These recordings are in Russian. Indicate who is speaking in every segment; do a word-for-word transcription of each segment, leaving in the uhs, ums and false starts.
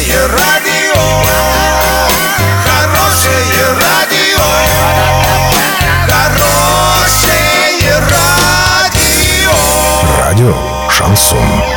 Speaker 1: Хорошее радио, хорошее радио, хорошее радио.
Speaker 2: Радио Шансон.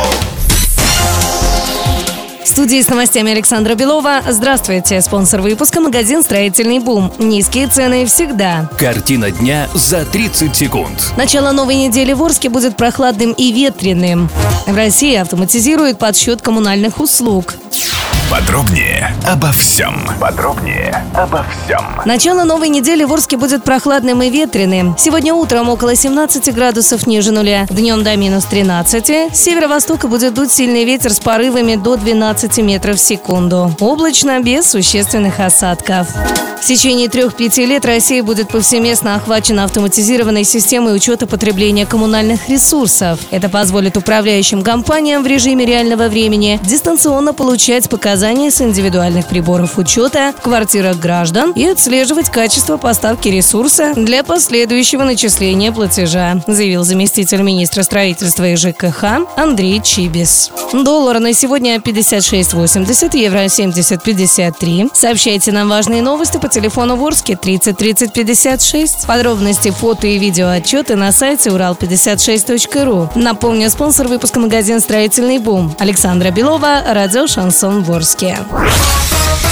Speaker 3: В студии с новостями Александра Белова. Здравствуйте. Спонсор выпуска — магазин «Строительный бум». Низкие цены всегда.
Speaker 4: Картина дня за тридцать секунд.
Speaker 3: Начало новой недели в Орске будет прохладным и ветреным. В России автоматизируют подсчет коммунальных услуг.
Speaker 2: Подробнее обо всем. Подробнее обо всем.
Speaker 3: Начало новой недели в Орске будет прохладным и ветреным. Сегодня утром около семнадцати градусов ниже нуля. Днем до минус тринадцати. С северо-востока будет дуть сильный ветер с порывами до двенадцати метров в секунду. Облачно, без существенных осадков. В течение трех-пяти лет Россия будет повсеместно охвачена автоматизированной системой учета потребления коммунальных ресурсов. Это позволит управляющим компаниям в режиме реального времени дистанционно получать показания с индивидуальных приборов учета в квартирах граждан и отслеживать качество поставки ресурса для последующего начисления платежа, заявил заместитель министра строительства и ЖКХ Андрей Чибис. Доллар на сегодня пятьдесят шесть восемьдесят, евро семьдесят пятьдесят три. Сообщайте нам важные новости по телефону в Орске тридцать тридцать пятьдесят шесть. Подробности, фото и видео отчеты на сайте урал пятьдесят шесть точка ру. Напомню, спонсор выпуска — магазин «Строительный бум». Александра Белова, радио «Шансон» в Орске.